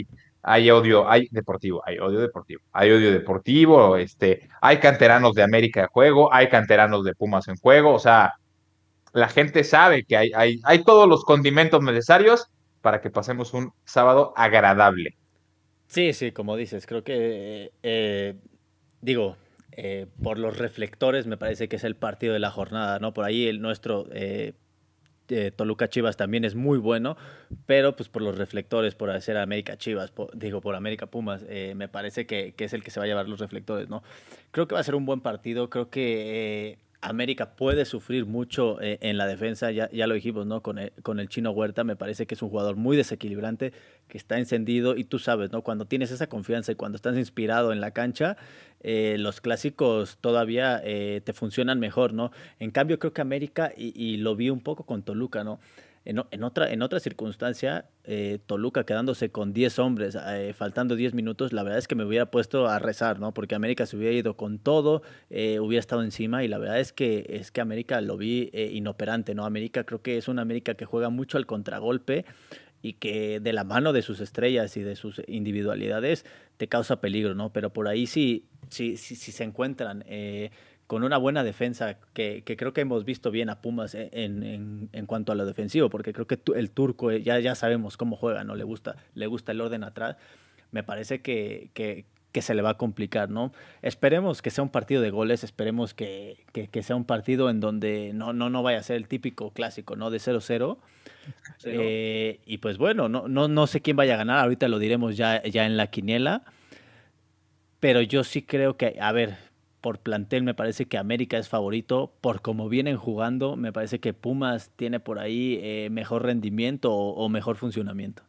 hay odio deportivo, hay canteranos de América en juego, hay canteranos de Pumas en juego, o sea, la gente sabe que hay todos los condimentos necesarios para que pasemos un sábado agradable. Sí, sí, como dices, creo que, digo, por los reflectores me parece que es el partido de la jornada, ¿no? Por ahí el nuestro Toluca Chivas también es muy bueno, pero pues por los reflectores, por hacer América Chivas, por América Pumas, me parece que es el que se va a llevar los reflectores, ¿no? Creo que va a ser un buen partido, creo que América puede sufrir mucho en la defensa, ya lo dijimos, ¿no? Con el Chino Huerta, me parece que es un jugador muy desequilibrante, que está encendido y tú sabes, ¿no? Cuando tienes esa confianza y cuando estás inspirado en la cancha, los clásicos todavía te funcionan mejor, ¿no? En cambio, creo que América, y lo vi un poco con Toluca, ¿no? En otra circunstancia, Toluca quedándose con 10 hombres, faltando 10 minutos, la verdad es que me hubiera puesto a rezar, ¿no? Porque América se hubiera ido con todo, hubiera estado encima y la verdad es que América lo vi inoperante, ¿no? América creo que es una América que juega mucho al contragolpe y que de la mano de sus estrellas y de sus individualidades te causa peligro, ¿no? Pero por ahí sí se encuentran con una buena defensa, que creo que hemos visto bien a Pumas en cuanto a lo defensivo, porque creo que el turco ya sabemos cómo juega, ¿no? Le gusta el orden atrás. Me parece que que se le va a complicar, ¿no? Esperemos que sea un partido de goles, esperemos que sea un partido en donde no vaya a ser el típico clásico, ¿no? De 0-0. Cero. Y pues bueno, no sé quién vaya a ganar, ahorita lo diremos ya en la quiniela, pero yo sí creo que, a ver, por plantel me parece que América es favorito, por cómo vienen jugando, me parece que Pumas tiene por ahí mejor rendimiento o mejor funcionamiento.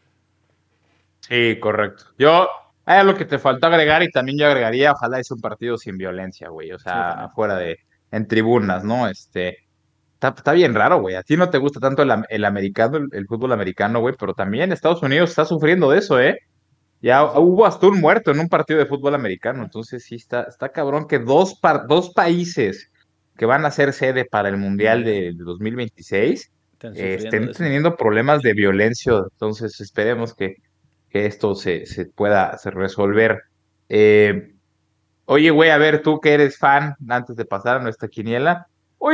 Sí, correcto. Yo, hay algo que te faltó agregar y también yo agregaría, ojalá es un partido sin violencia, güey, o Sí, sea, también. afuera en tribunas, ¿no? Está bien raro, güey. A ti no te gusta tanto el americano, el fútbol americano, güey, pero también Estados Unidos está sufriendo de eso, ¿eh? Sí, Ya sí, sí. hubo hasta un muerto en un partido de fútbol americano, entonces sí está cabrón que dos países que van a ser sede para el Mundial Mundial. de 2026 Están sufriendo de estén eso. teniendo problemas de violencia, entonces esperemos que esto se pueda resolver. Eh, Oye, güey, a ver, tú que eres fan, antes de pasar a nuestra quiniela,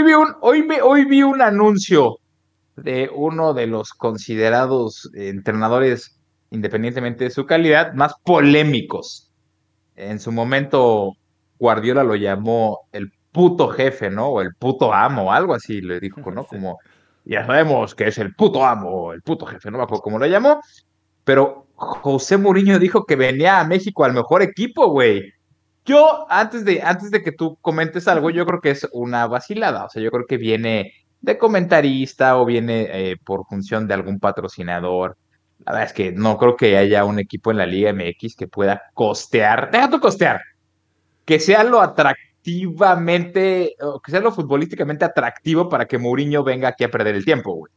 hoy vi un anuncio de uno de los considerados entrenadores, independientemente de su calidad, más polémicos. En su momento, Guardiola lo llamó el puto jefe, ¿no? O el puto amo, o algo así le dijo, ¿no? Sí. Como, ya sabemos que es el puto amo, o el puto jefe, no me acuerdo cómo lo llamó, pero José Mourinho dijo que venía a México al mejor equipo, güey. Yo, antes de que tú comentes algo, yo creo que es una vacilada. O sea, yo creo que viene de comentarista o viene por función de algún patrocinador. La verdad es que no creo que haya un equipo en la Liga MX que pueda costear, deja tú costear, que sea lo atractivamente, o que sea lo futbolísticamente atractivo para que Mourinho venga aquí a perder el tiempo, güey.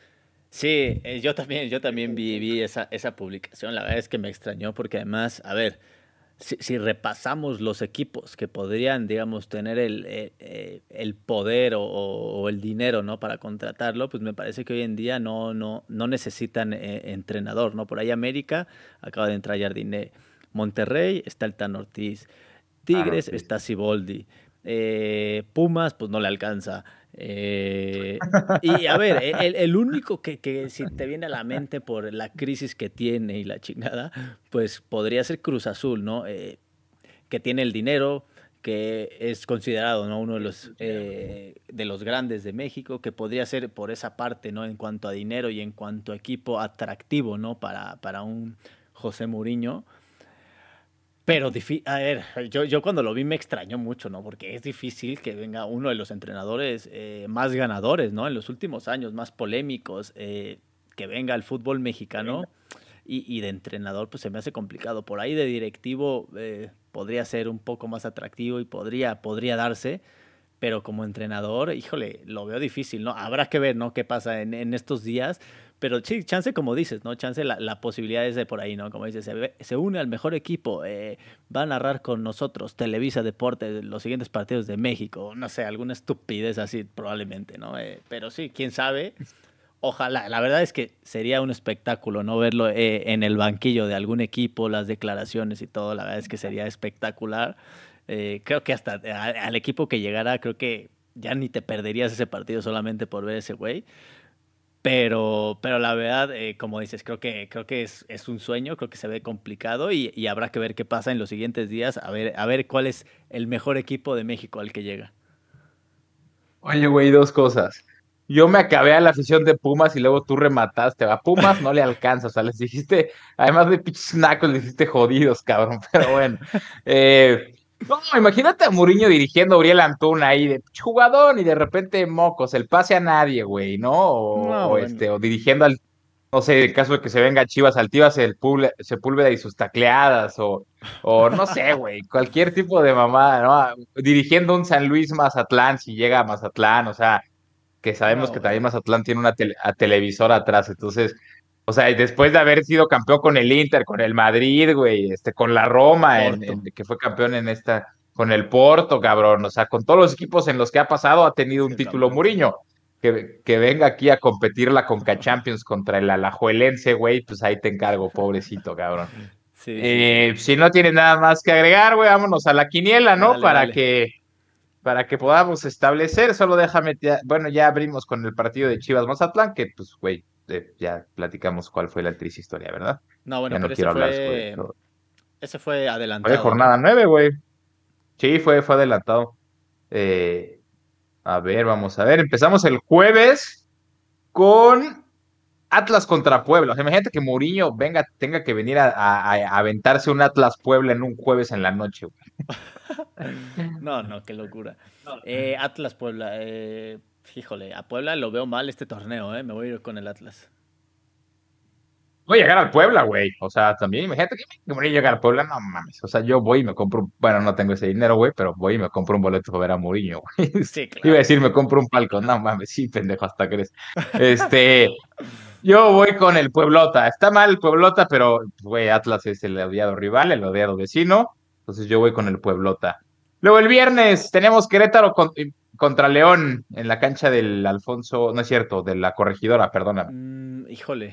Sí, yo también vi esa publicación. La verdad es que me extrañó porque además, a ver, si repasamos los equipos que podrían, digamos, tener el poder o el dinero, ¿no? Para contratarlo, pues me parece que hoy en día no necesitan entrenador, ¿no? Por ahí América acaba de entrar Jardiné. Monterrey está el Tan Ortiz. Ah, no, Tigres sí, sí. está Siboldi. Pumas, pues no le alcanza. Eh, y a ver, el único que si te viene a la mente por la crisis que tiene y la chingada, pues podría ser Cruz Azul, ¿no? Que tiene el dinero, que es considerado, ¿no? Uno de los grandes de México, que podría ser por esa parte, ¿no? En cuanto a dinero y en cuanto a equipo atractivo, ¿no? Para un José Mourinho. Pero, a ver, yo cuando lo vi me extrañó mucho, ¿no? Porque es difícil que venga uno de los entrenadores más ganadores, ¿no? En los últimos años, más polémicos, que venga al fútbol mexicano y de entrenador, pues se me hace complicado. Por ahí de directivo podría ser un poco más atractivo y podría darse, pero como entrenador, híjole, lo veo difícil, ¿no? Habrá que ver, ¿no? Qué pasa en estos días, pero sí, chance como dices, ¿no? Chance la posibilidad es de por ahí, ¿no? Como dices, se une al mejor equipo, va a narrar con nosotros Televisa Deportes los siguientes partidos de México, no sé, alguna estupidez así probablemente, ¿no? Pero sí, quién sabe. Ojalá, la verdad es que sería un espectáculo, ¿no? Verlo en el banquillo de algún equipo, las declaraciones y todo, la verdad es que sería espectacular. Creo que hasta al equipo que llegara, creo que ya ni te perderías ese partido solamente por ver ese güey. Pero la verdad, como dices, creo que es un sueño, creo que se ve complicado y habrá que ver qué pasa en los siguientes días, a ver cuál es el mejor equipo de México al que llega. Oye, güey, dos cosas. Yo me acabé a la afición de Pumas y luego tú remataste. A Pumas no le alcanza, o sea, les dijiste, además de pinches nacos, les dijiste jodidos, cabrón. Pero bueno. No, imagínate a Mourinho dirigiendo a Uriel Antuna ahí de "Pinche jugador" y de repente mocos, el pase a nadie, güey, ¿no? No, bueno. O dirigiendo al, no sé, en caso de que se venga Chivas al Tivas, Sepúlveda y sus tacleadas, o no sé, güey, cualquier tipo de mamada, ¿no? Dirigiendo un San Luis Mazatlán, si llega a Mazatlán, o sea, que sabemos No, que también bueno. Mazatlán tiene una televisora atrás, entonces, o sea, y después de haber sido campeón con el Inter, con el Madrid, güey, con la Roma, Porto. que fue campeón en con el Porto, cabrón, o sea, con todos los equipos en los que ha pasado, ha tenido un Sí, título campeón, sí. Mourinho. Que venga aquí a competir la Conca Champions contra el Alajuelense, güey, pues ahí te encargo, pobrecito, cabrón. Sí, sí, sí. Si no tienes nada más que agregar, güey, vámonos a la quiniela, ¿no? Dale, dale. Para que podamos establecer, solo déjame, bueno, ya abrimos con el partido de Chivas Mazatlán, que pues, güey, ya platicamos cuál fue la triste historia, ¿verdad? No, Ya bueno, no pero ese quiero hablar sobre fue eso. Ese fue Fue de adelantado, ¿no? jornada 9, güey. Sí, fue adelantado. Eh, a ver, vamos a ver. Empezamos el jueves con Atlas contra Puebla. O sea, imagínate que Mourinho tenga que venir a aventarse un Atlas Puebla en un jueves en la noche, güey. No, no, qué locura. Atlas Puebla. Híjole, a Puebla lo veo mal este torneo, ¿eh? Me voy a ir con el Atlas. Voy a llegar al Puebla, güey. O sea, también imagínate que Mourinho llega al Puebla, no mames. O sea, yo voy y me compro, bueno, no tengo ese dinero, güey, pero voy y me compro un boleto para ver a Mourinho, güey. Sí, Iba a claro. decir, me compro un palco, no mames, sí, pendejo, hasta crees. Este, yo voy con el Pueblota. Está mal el Pueblota, pero, güey, Atlas es el odiado rival, el odiado vecino. Entonces yo voy con el Pueblota. Luego el viernes tenemos Querétaro contra León en la cancha del Alfonso, no es cierto, de la Corregidora, perdóname. Híjole,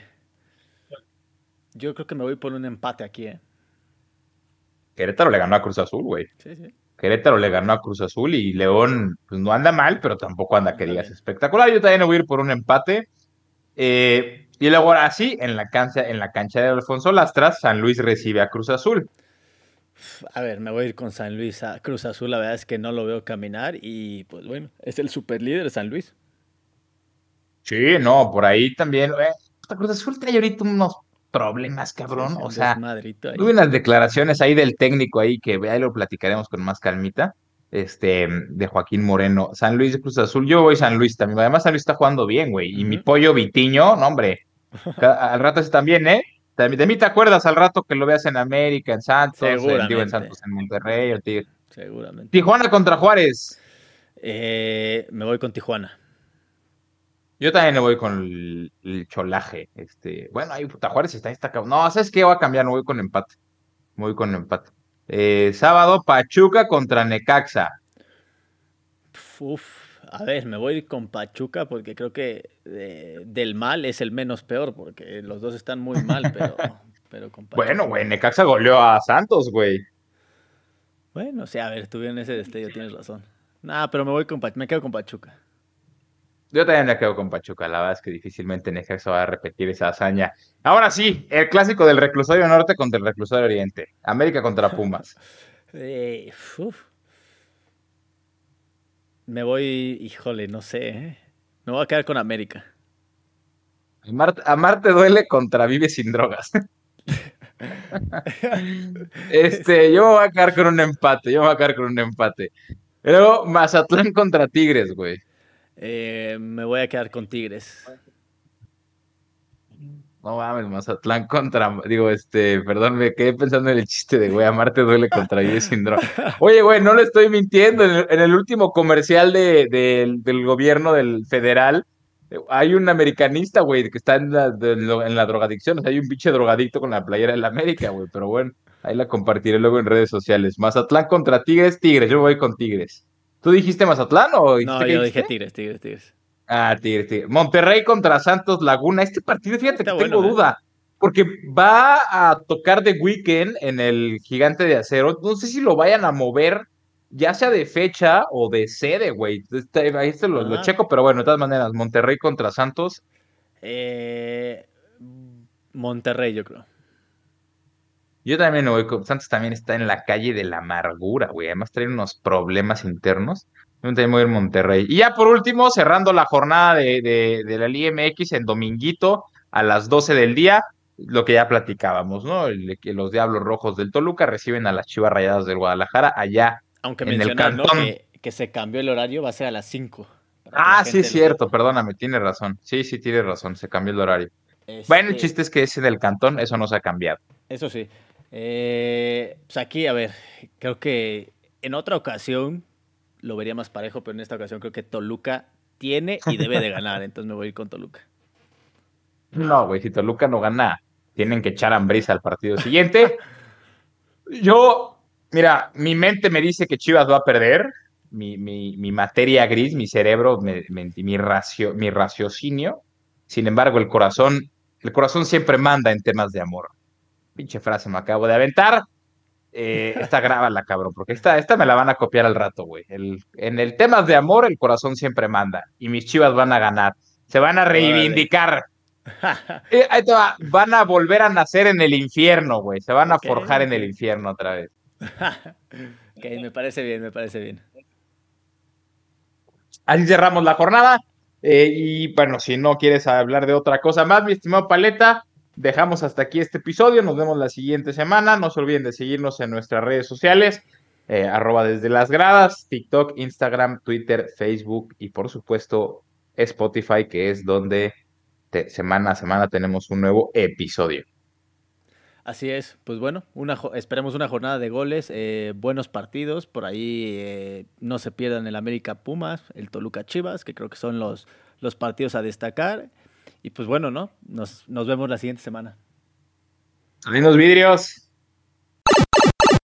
yo creo que me voy por un empate aquí, ¿eh? Querétaro le ganó a Cruz Azul, güey. Sí, sí. Querétaro le ganó a Cruz Azul y León pues, no anda mal, pero tampoco anda que digas Ándale. espectacular. Yo también voy a ir por un empate. Y luego ahora sí, en la cancha de Alfonso Lastras, San Luis recibe a Cruz Azul. A ver, me voy a ir con San Luis a Cruz Azul. La verdad es que no lo veo caminar y pues bueno, es el superlíder San Luis. Sí, no, por ahí también. Cruz Azul trae ahorita unos problemas, Sí, cabrón. sí, O un sea, desmadrito tuve ahí. unas declaraciones ahí del técnico ahí que ahí lo platicaremos con más calmita. De Joaquín Moreno. San Luis de Cruz Azul. Yo voy San Luis también. Además, San Luis está jugando bien, güey. Y mi Ujú. pollo Vitiño, no, hombre. Al rato ese también, ¿eh? De mí te acuerdas al rato que lo veas en América, en Santos, en Seguramente, Santos, en Monterrey, seguramente. Tijuana contra Juárez. Me voy con Tijuana. Yo también me voy con el cholaje. Bueno, ahí puta, Juárez está cabrón. No, ¿sabes qué? Voy a cambiar, me voy con empate. Me voy con empate. Sábado, Pachuca contra Necaxa. Uf, a ver, me voy a ir con Pachuca porque creo que del mal es el menos peor porque los dos están muy mal, pero con Bueno, Pachuca me güey, voy. Necaxa goleó a Santos, güey. Bueno, sí, a ver, estuvieron ese destello, tienes razón. Nah, pero me voy con me quedo con Pachuca. Yo también me quedo con Pachuca. La verdad es que difícilmente Necaxa va a repetir esa hazaña. Ahora sí, el clásico del reclusorio norte contra el reclusorio oriente. América contra Pumas. Eh, uf, me voy, híjole, no sé, ¿eh? Me voy a quedar con América. Amarte duele contra Vive sin drogas. Yo me Este, voy a quedar con un empate. Yo me voy a quedar con un empate. Luego, Mazatlán contra Tigres, güey. me voy a quedar con Tigres. No mames, Mazatlán contra. Digo, perdón, me quedé pensando en el chiste de, güey, amarte duele contra Vive sin drogas. Oye, güey, no le estoy mintiendo. En el último comercial del gobierno del federal, hay un americanista, güey, que está en la drogadicción. O sea, hay un pinche drogadicto con la playera de la América, güey. Pero bueno, ahí la compartiré luego en redes sociales. Mazatlán contra Tigres, Tigres. Yo voy con Tigres. ¿Tú dijiste Mazatlán o dijiste No, qué yo dije dijiste? Tigres, Tigres, Tigres. Ah, Tigres, Tigres. Monterrey contra Santos Laguna. Este partido, fíjate Está que tengo bueno, ¿eh? duda, porque va a tocar The Weeknd en el Gigante de Acero. No sé si lo vayan a mover, ya sea de fecha o de sede, güey. Ahí lo Ah, checo, pero bueno, de todas maneras, Monterrey contra Santos. eh, Monterrey, yo creo. Yo también me voy con Santos, también está en la calle de la amargura, güey. Además, trae unos problemas internos. Yo también me voy a ir a Monterrey. Y ya por último, cerrando la jornada de la Liga MX en dominguito a las 12 del día, lo que ya platicábamos, ¿no? Que los Diablos Rojos del Toluca reciben a las Chivas Rayadas del Guadalajara allá Aunque en el mencionar, ¿no? Cantón. Que se cambió el horario, va a ser a las 5 para que la Ah, sí es gente lo sepa. cierto, perdóname, tiene razón. Sí, sí, tiene razón, se cambió el horario. Bueno, el Este, chiste es que es en el Cantón, eso no se ha cambiado. eso sí. Pues aquí, a ver, creo que en otra ocasión lo vería más parejo, pero en esta ocasión creo que Toluca tiene y debe de ganar, entonces me voy a ir con Toluca. No, güey, si Toluca no gana, tienen que echar a Ambriz al partido siguiente. Yo, mira, mi mente me dice que Chivas va a perder, mi materia gris, mi cerebro, mi raciocinio. Sin embargo, el corazón siempre manda en temas de amor. Pinche frase me acabo de aventar. Esta grábala, cabrón, porque esta me la van a copiar al rato, güey. En el temas de amor, el corazón siempre manda. Y mis Chivas van a ganar. Se van a Órale. reivindicar. Ahí te va. Van a volver a nacer en el infierno, güey. Se van a Ok, forjar en ok. el infierno otra vez. Ok, me parece bien, me parece bien. Así cerramos la jornada. Y bueno, si no quieres hablar de otra cosa más, mi estimado Paleta, dejamos hasta aquí este episodio. Nos vemos la siguiente semana. No se olviden de seguirnos en nuestras redes sociales, arroba desde las gradas, TikTok, Instagram, Twitter, Facebook y por supuesto Spotify, que es donde semana a semana tenemos un nuevo episodio. Así es, pues bueno, esperemos una jornada de goles, buenos partidos, por ahí no se pierdan el América Pumas, el Toluca Chivas, que creo que son los partidos a destacar. Y pues bueno, ¿no? Nos vemos la siguiente semana. Lindos vidrios.